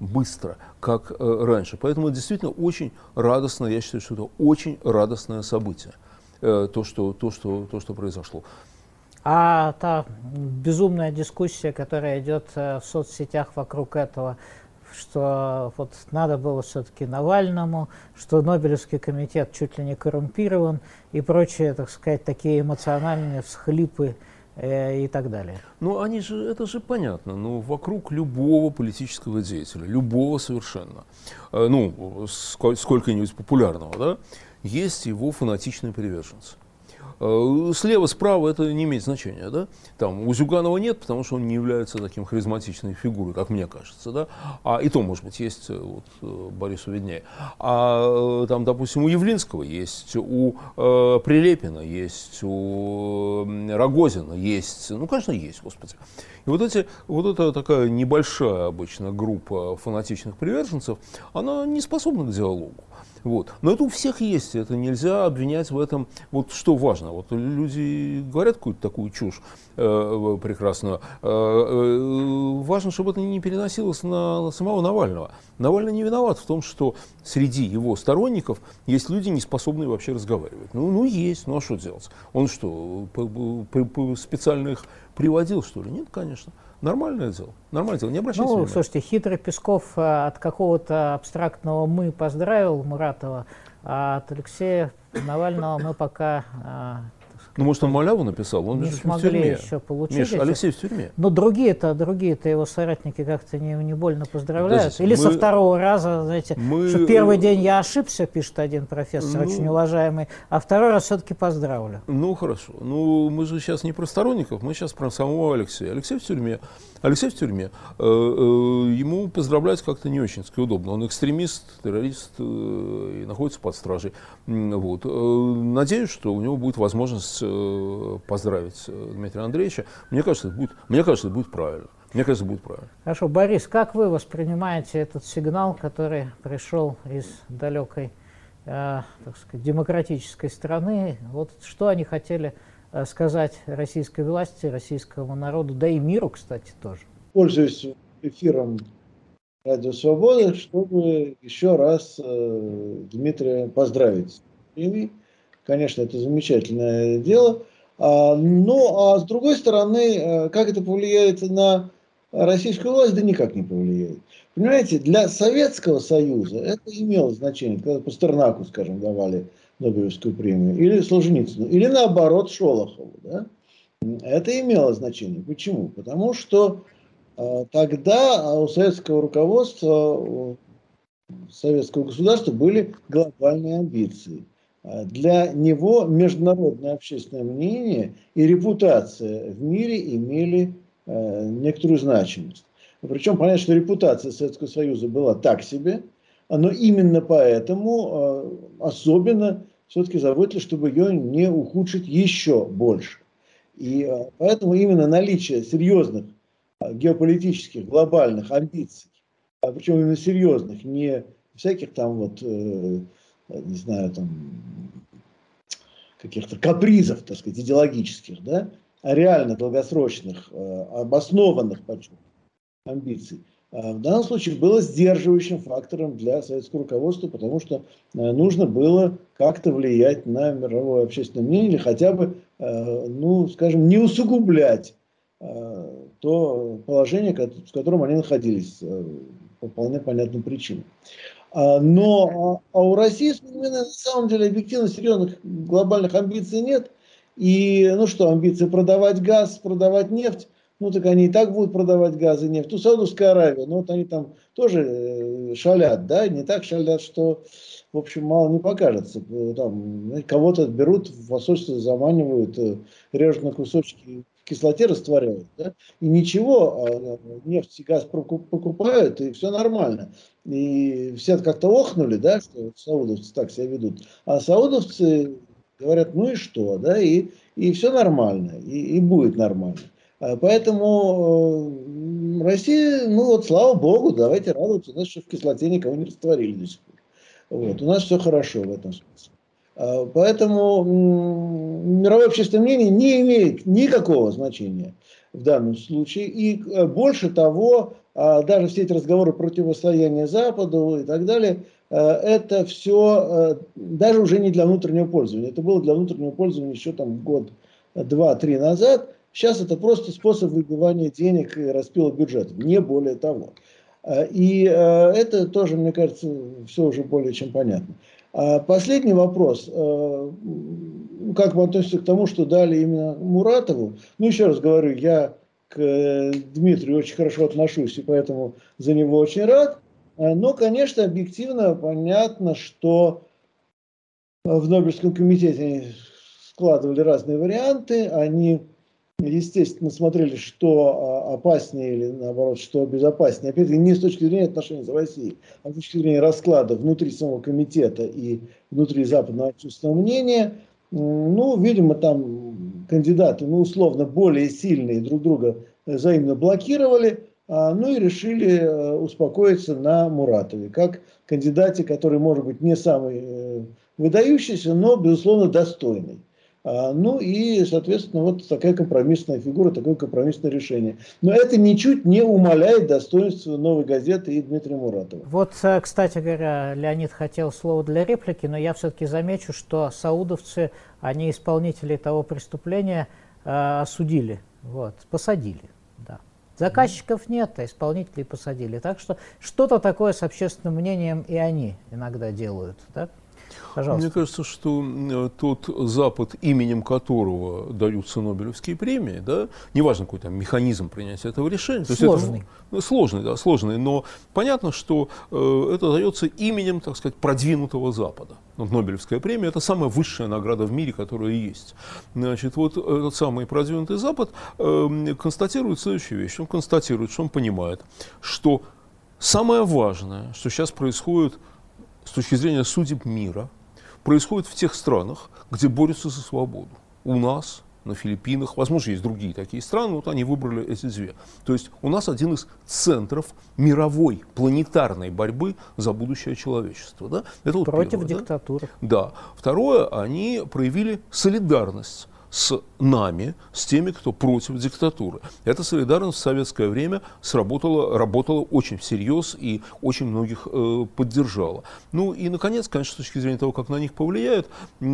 быстро, как раньше. Поэтому это действительно очень радостно, я считаю, что это очень радостное событие, то, что произошло. А та безумная дискуссия, которая идет в соцсетях вокруг этого, что вот надо было все-таки Навальному, что Нобелевский комитет чуть ли не коррумпирован и прочие, так сказать, такие эмоциональные всхлипы и так далее. Ну, это же понятно, вокруг любого политического деятеля, любого совершенно, сколько-нибудь популярного, да, есть его фанатичные приверженцы. Слева, справа это не имеет значения, да? Там у Зюганова нет, потому что он не является таким харизматичной фигурой, как мне кажется, да? И то, может быть, есть, вот, Борису виднее. Там, допустим, у Явлинского есть, у Прилепина есть, у Рогозина есть, конечно, есть, господи. И вот эта такая небольшая обычно группа фанатичных приверженцев, она не способна к диалогу. Вот. Но это у всех есть, это нельзя обвинять в этом. Вот что важно, вот люди говорят какую-то такую чушь прекрасную, важно, чтобы это не переносилось на самого Навального. Навальный не виноват в том, что среди его сторонников есть люди, не способные вообще разговаривать. Есть, а что делать? Он что, специально их приводил, что ли? Нет, конечно. Нормальное дело, не обращайте внимания. Слушайте, хитрый Песков от какого-то абстрактного «мы» поздравил Муратова, а от Алексея Навального мы пока... может, он маляву написал, он не же смогли в тюрьме. еще получить. Миш, Алексей в тюрьме. Но другие-то его соратники как-то не больно поздравляют. Или со второго раза, знаете, что первый день я ошибся, пишет один профессор, очень уважаемый, а второй раз все-таки поздравлю. Хорошо. Мы же сейчас не про сторонников, мы сейчас про самого Алексея. Алексей в тюрьме. Ему поздравлять как-то не очень удобно. Он экстремист, террорист и находится под стражей. Вот. Надеюсь, что у него будет возможность поздравить Дмитрия Андреевича. Мне кажется, это будет правильно. Хорошо. Борис, как вы воспринимаете этот сигнал, который пришел из далекой, так сказать, демократической страны? Вот что они хотели сказать российской власти, российскому народу, да и миру, кстати, тоже? Пользуюсь эфиром Радио Свобода, чтобы еще раз Дмитрия поздравить. И, конечно, это замечательное дело. А с другой стороны, как это повлияет на российскую власть? Да никак не повлияет. Понимаете, для Советского Союза это имело значение, когда Пастернаку, скажем, давали Нобелевскую премию, или Солженицыну, или наоборот Шолохову. Да? Это имело значение. Почему? Потому что тогда у советского руководства, у советского государства были глобальные амбиции. Для него международное общественное мнение и репутация в мире имели некоторую значимость. Причем понятно, что репутация Советского Союза была так себе, но именно поэтому особенно все-таки заботили, чтобы ее не ухудшить еще больше. И поэтому именно наличие серьезных геополитических глобальных амбиций, причем именно серьезных, не всяких там не знаю, там каких-то капризов, так сказать, идеологических, да, а реально долгосрочных, обоснованных амбиций, в данном случае было сдерживающим фактором для советского руководства, потому что нужно было как-то влиять на мировое общественное мнение или хотя бы, скажем, не усугублять то положение, в котором они находились по вполне понятным причинам. Но у России на самом деле объективно серьезных глобальных амбиций нет. И, амбиции продавать газ, продавать нефть, так они и так будут продавать газ и нефть. Саудовская Аравия, они там тоже шалят, да, не так шалят, что, в общем, мало не покажется. Там кого-то берут, в посольство заманивают, режут на кусочки, в кислоте растворяют, да, и ничего, нефть и газ покупают, и все нормально. И все как-то охнули, да, что саудовцы так себя ведут. А саудовцы говорят, и что, да, и все нормально, и будет нормально. Поэтому Россия, слава богу, давайте радоваться, у нас еще в кислоте никого не растворили до сих пор. У нас все хорошо в этом смысле. Поэтому мировое общественное мнение не имеет никакого значения в данном случае. И больше того, даже все эти разговоры противостояния Западу и так далее, это все даже уже не для внутреннего пользования. Это было для внутреннего пользования еще там год, 2-3 назад. Сейчас это просто способ выбивания денег и распила бюджета, не более того. И это тоже, мне кажется, все уже более чем понятно. Последний вопрос. Как вы относитесь к тому, что дали именно Муратову? Ну, еще раз говорю, я к Дмитрию очень хорошо отношусь, и поэтому за него очень рад. Но, конечно, объективно понятно, что в Нобелевском комитете складывали разные варианты. Они, естественно, смотрели, что опаснее или, наоборот, что безопаснее. Опять-таки, не с точки зрения отношений с Россией, а с точки зрения расклада внутри самого комитета и внутри западного общественного мнения. Ну, видимо, там кандидаты, ну, условно, более сильные друг друга взаимно блокировали, ну и решили успокоиться на Муратове, как кандидате, который, может быть, не самый выдающийся, но, безусловно, достойный. Ну и, соответственно, вот такая компромиссная фигура, такое компромиссное решение. Но это ничуть не умаляет достоинства «Новой газеты» и Дмитрия Муратова. Вот, кстати говоря, Леонид хотел слово для реплики, но я все-таки замечу, что саудовцы, они исполнителей того преступления осудили, вот, посадили. Да. Заказчиков нет, а исполнителей посадили. Так что что-то такое с общественным мнением и они иногда делают. Да? Пожалуйста. Мне кажется, что тот Запад, именем которого даются Нобелевские премии, да, неважно какой там механизм принятия этого решения. Сложный. Сложный, да, сложный, но понятно, что это дается именем, так сказать, продвинутого Запада. Вот Нобелевская премия – это самая высшая награда в мире, которая есть. Значит, вот этот самый продвинутый Запад констатирует следующую вещь. Он констатирует, что он понимает, что самое важное, что сейчас происходит с точки зрения судеб мира, происходит в тех странах, где борются за свободу. У нас, на Филиппинах, возможно, есть другие такие страны, вот они выбрали эти две. То есть у нас один из центров мировой планетарной борьбы за будущее человечества. Да? Это вот против первое, диктатуры. Да. Второе, они проявили солидарность с нами, с теми, кто против диктатуры. Эта солидарность в советское время работала очень всерьез и очень многих поддержала. Ну и, наконец, конечно, с точки зрения того, как на них повлияет,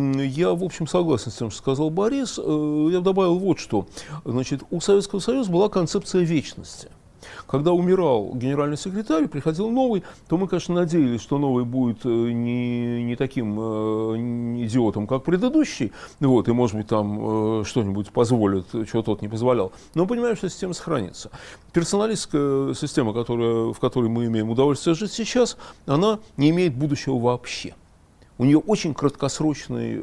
я, в общем, согласен с тем, что сказал Борис. Я добавил вот что. Значит, у Советского Союза была концепция вечности. Когда умирал генеральный секретарь, приходил новый, то мы, конечно, надеялись, что новый будет не таким идиотом, как предыдущий, вот, и, может быть, там что-нибудь позволит, чего тот не позволял. Но понимаем, что система сохранится. Персоналистская система, в которой мы имеем удовольствие жить сейчас, она не имеет будущего вообще. У нее очень краткосрочный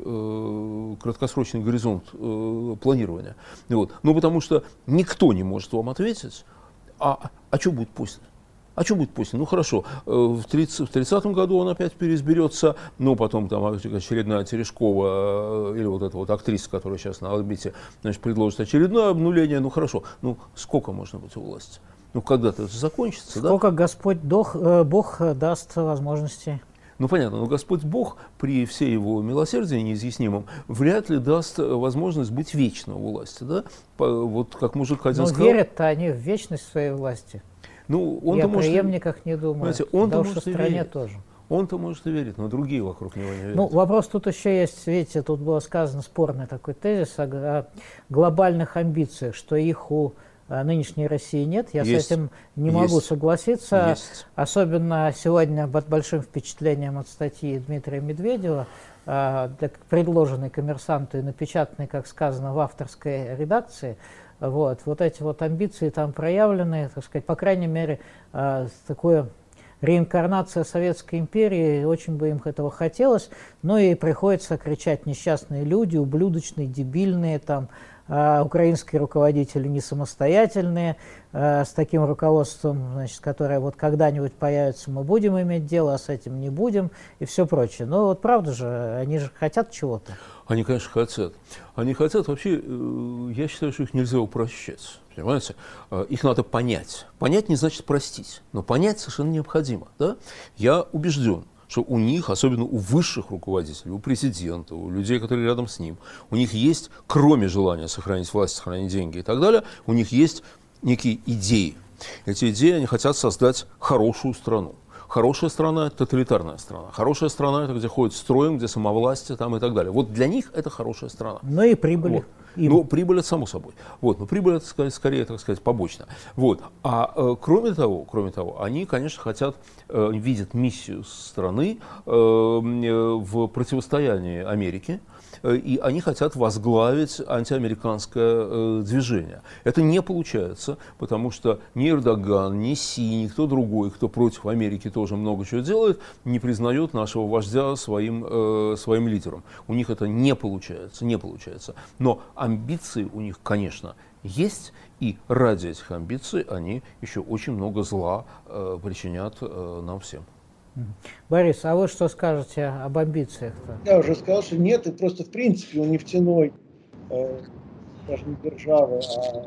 горизонт планирования. Вот. Ну, потому что никто не может вам ответить, а что будет после? А что будет после? Ну хорошо, в 30-м году он опять переизберется, но потом там очередная Терешкова или вот эта вот актриса, которая сейчас на орбите, значит, предложит очередное обнуление. Ну хорошо, ну сколько можно быть у власти? Ну когда-то это закончится, да? Сколько Господь Бог даст возможностей. Ну понятно, но Господь Бог при всей его милосердии неизъяснимом вряд ли даст возможность быть вечно у власти, да? Вот как мужик один сказал. Но верят-то они в вечность своей власти. Ну, и о преемниках не думают. Он-то может в стране верит. Тоже. Он-то может и верит, но другие вокруг него не верят. Ну, вопрос тут еще есть, видите, тут было сказано спорный такой тезис о глобальных амбициях, что их у нынешней России нет. Я с этим не могу согласиться. Особенно сегодня под большим впечатлением от статьи Дмитрия Медведева, предложенной «Коммерсанту» и напечатанной, как сказано, в авторской редакции. Вот эти вот амбиции там проявлены, так сказать, по крайней мере, такое реинкарнация Советской империи, очень бы им этого хотелось, но и приходится кричать несчастные люди, ублюдочные, дебильные, там, украинские руководители не самостоятельные, с таким руководством, значит, которое вот когда-нибудь появится, мы будем иметь дело, а с этим не будем, и все прочее. Но вот правда же, они же хотят чего-то. Они, конечно, хотят. Они хотят, вообще, я считаю, что их нельзя упрощать. Понимаете? Их надо понять. Понять не значит простить, но понять совершенно необходимо. Да? Я убежден, что у них, особенно у высших руководителей, у президента, у людей, которые рядом с ним, у них есть, кроме желания сохранить власть, сохранить деньги и так далее, у них есть некие идеи. Эти идеи, они хотят создать хорошую страну. Хорошая страна – это тоталитарная страна. Хорошая страна – это где ходит строем, где самовластие там, и так далее. Вот для них это хорошая страна. Но и прибыли. Вот. Ну, прибыль это само собой. Вот. Но прибыль это скорее, так сказать, побочно. Вот. Кроме того, они, конечно, хотят, видят миссию страны в противостоянии Америке. И они хотят возглавить антиамериканское движение. Это не получается, потому что ни Эрдоган, ни Си, никто другой, кто против Америки тоже много чего делает, не признает нашего вождя своим лидером. У них это не получается. Но амбиции у них, конечно, есть, и ради этих амбиций они еще очень много зла причинят нам всем. Борис, а вы что скажете об амбициях-то? Я уже сказал, что нет, и просто в принципе у нефтяной, даже не державы,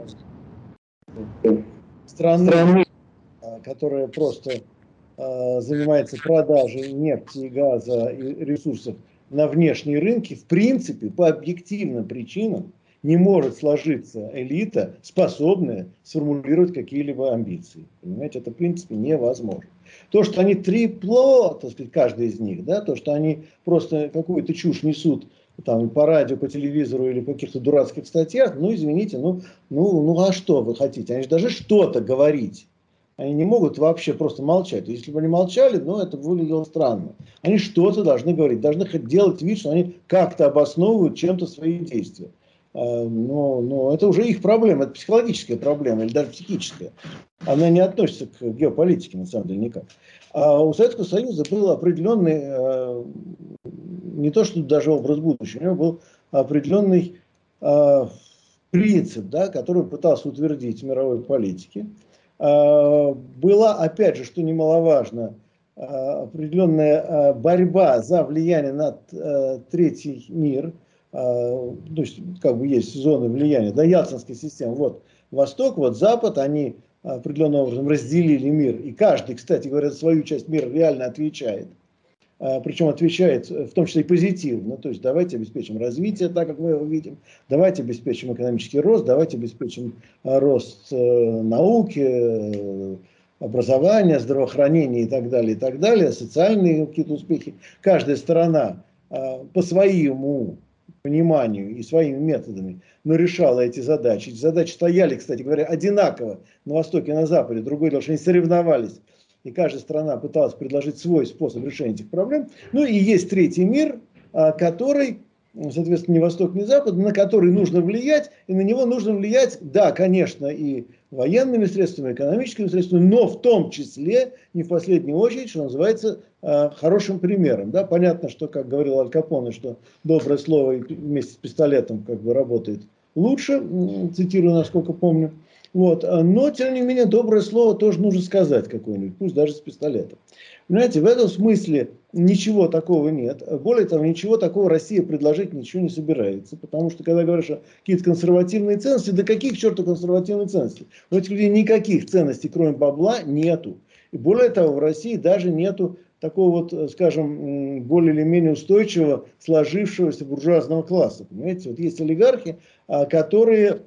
а страны, которая просто занимается продажей нефти и газа и ресурсов на внешние рынки, в принципе, по объективным причинам не может сложиться элита, способная сформулировать какие-либо амбиции. Понимаете, это в принципе невозможно. То, что они трепло, так сказать, каждый из них, да, то, что они просто какую-то чушь несут там, по радио, по телевизору или по каких-то дурацких статьях, ну, извините, а что вы хотите? Они же даже что-то говорить. Они не могут вообще просто молчать. Если бы они молчали, это выглядело странно. Они что-то должны говорить, должны делать вид, что они как-то обосновывают чем-то свои действия. Но это уже их проблема, это психологическая проблема или даже психическая. Она не относится к геополитике, на самом деле, никак. А у Советского Союза был определенный, не то что даже образ будущего, у него был определенный принцип, да, который он пытался утвердить в мировой политике. Была, опять же, что немаловажно, определенная борьба за влияние на третий мир. То есть, как бы есть зоны влияния, да, Ялтинская система, вот Восток, вот Запад, они определенным образом разделили мир, и каждый, кстати говоря, за свою часть мира реально отвечает, причем отвечает в том числе и позитивно, то есть давайте обеспечим развитие, так как мы его видим, давайте обеспечим экономический рост, давайте обеспечим рост науки, образования, здравоохранения и так далее, социальные какие-то успехи. Каждая сторона по своему пониманию и своими методами, но решала эти задачи. Эти задачи стояли, кстати говоря, одинаково на Востоке и на Западе. Другое дело, что они соревновались. И каждая страна пыталась предложить свой способ решения этих проблем. Ну и есть третий мир, который, соответственно, ни Восток, ни Запад, на который нужно влиять. И на него нужно влиять, да, конечно, и военными средствами, экономическими средствами, но в том числе, не в последнюю очередь, что называется, хорошим примером. Да? Понятно, что, как говорил Аль Капоне, что доброе слово вместе с пистолетом как бы работает лучше, цитирую, насколько помню. Вот. Но, тем не менее, доброе слово тоже нужно сказать какое-нибудь, пусть даже с пистолетом. Понимаете, в этом смысле ничего такого нет. Более того, ничего такого Россия предложить ничего не собирается. Потому что, когда говорят, что какие-то консервативные ценности, да каких чертов консервативные ценности? У этих людей никаких ценностей, кроме бабла, нету. И более того, в России даже нету такого вот, скажем, более или менее устойчивого сложившегося буржуазного класса. Понимаете, вот есть олигархи, которые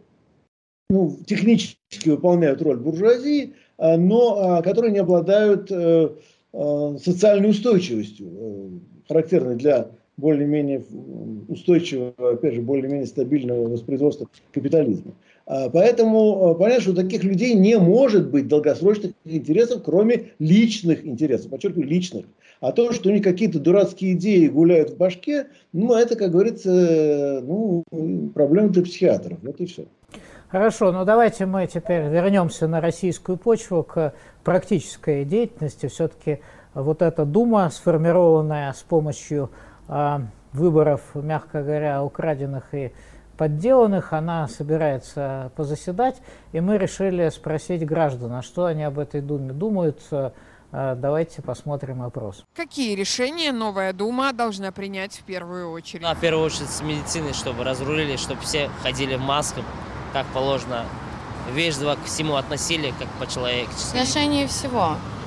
технически выполняют роль буржуазии, но которые не обладают социальной устойчивостью, характерной для более-менее устойчивого, опять же, более-менее стабильного воспроизводства капитализма. Поэтому понятно, что у таких людей не может быть долгосрочных интересов, кроме личных интересов, подчеркиваю, личных. А то, что у них какие-то дурацкие идеи гуляют в башке, это, как говорится, проблема для психиатров. Вот и все. Хорошо, но давайте мы теперь вернемся на российскую почву, к практической деятельности. Все-таки вот эта Дума, сформированная с помощью выборов, мягко говоря, украденных и подделанных, она собирается позаседать, и мы решили спросить граждан, что они об этой Думе думают. Давайте посмотрим опрос. Какие решения новая Дума должна принять в первую очередь? В первую очередь с медициной, чтобы разрулили, чтобы все ходили в масках, как положено, вежливо к всему относили, как по-человечески. В отношении всего.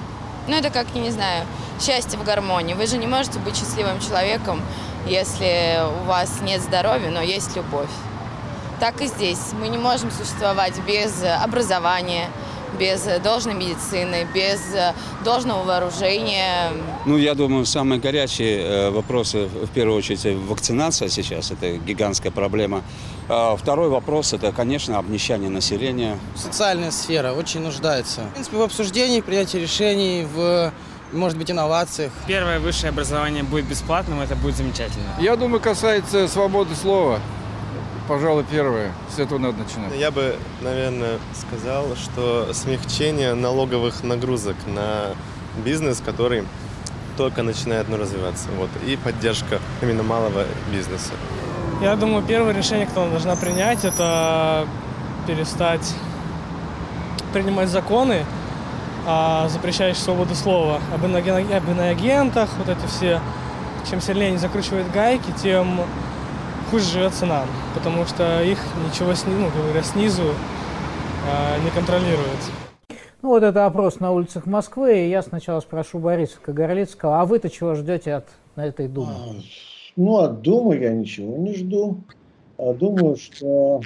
Ну, это как, я не знаю, счастье в гармонии. Вы же не можете быть счастливым человеком, если у вас нет здоровья, но есть любовь. Так и здесь. Мы не можем существовать без образования, без должной медицины, без должного вооружения. Ну, я думаю, самые горячие вопросы, в первую очередь, вакцинация сейчас. Это гигантская проблема. Второй вопрос – это, конечно, обнищание населения. Социальная сфера очень нуждается. В принципе, в обсуждении, принятии решений, в, может быть, инновациях. Первое высшее образование будет бесплатным, это будет замечательно. Я думаю, касается свободы слова. Пожалуй, первое. С этого надо начинать. Я бы, наверное, сказал, что смягчение налоговых нагрузок на бизнес, который только начинает развиваться. Вот, и поддержка именно малого бизнеса. Я думаю, первое решение, которое она должна принять, это перестать принимать законы, запрещающие свободу слова. Об иноагентах, вот эти все. Чем сильнее они закручивают гайки, тем хуже живется нам, потому что их ничего снизу не контролирует. Ну, вот это опрос на улицах Москвы, и я сначала спрошу Бориса Кагарлицкого, а вы-то чего ждете от этой Думы? Ну, от Думы я ничего не жду. А думаю, что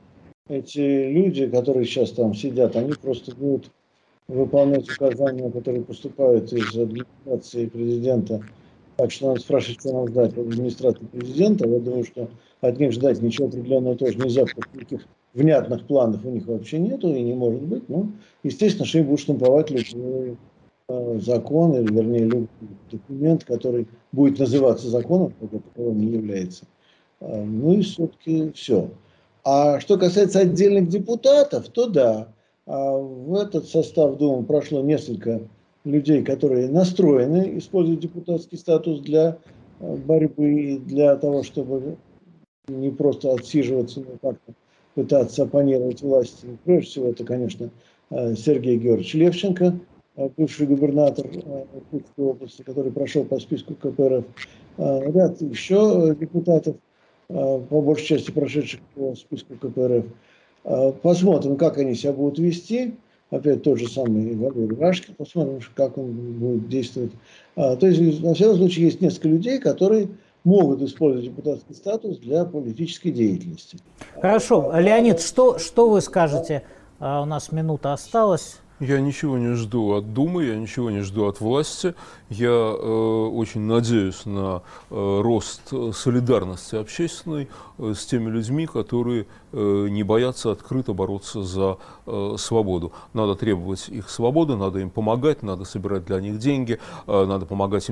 эти люди, которые сейчас там сидят, они просто будут выполнять указания, которые поступают из администрации президента. Так что надо спрашивать, что нам ждать от администрации президента. Я думаю, что от них ждать ничего определенного тоже нельзя, потому что никаких внятных планов у них вообще нету и не может быть. Ну, естественно, что им будут штамповать любой закон, или, вернее, любой документ, который будет называться законом, хотя таковым не является. Ну и все-таки все. А что касается отдельных депутатов, то да. В этот состав Думы прошло несколько людей, которые настроены использовать депутатский статус для борьбы, для того, чтобы не просто отсиживаться, но как-то пытаться оппонировать власти. Прежде всего, это, конечно, Сергей Георгиевич Левченко, бывший губернатор Иркутской области, который прошел по списку КПРФ. Ряд еще депутатов, по большей части прошедших по списку КПРФ. Посмотрим, как они себя будут вести. Опять тот же самый Валерий Рашкин, посмотрим, как он будет действовать. То есть, во всяком случае, есть несколько людей, которые могут использовать депутатский статус для политической деятельности. Хорошо. Леонид, что вы скажете? У нас минута осталась. Я ничего не жду от Думы, я ничего не жду от власти. Я очень надеюсь на рост солидарности общественной с теми людьми, которые не боятся открыто бороться за свободу. Надо требовать их свободы, надо им помогать, надо собирать для них деньги, надо помогать им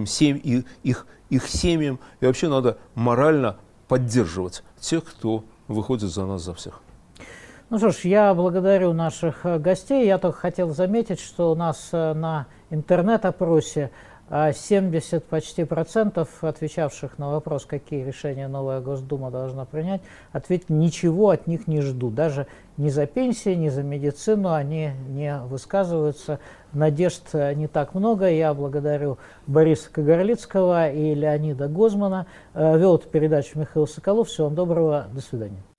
их семьям. И вообще надо морально поддерживать тех, кто выходит за нас, за всех. Ну что ж, я благодарю наших гостей. Я только хотел заметить, что у нас на интернет-опросе 70 почти процентов отвечавших на вопрос, какие решения новая Госдума должна принять, ответили, ничего от них не жду. Даже ни за пенсии, ни за медицину они не высказываются. Надежд не так много. Я благодарю Бориса Кагарлицкого и Леонида Гозмана. Вел эту передачу Михаил Соколов. Всего вам доброго. До свидания.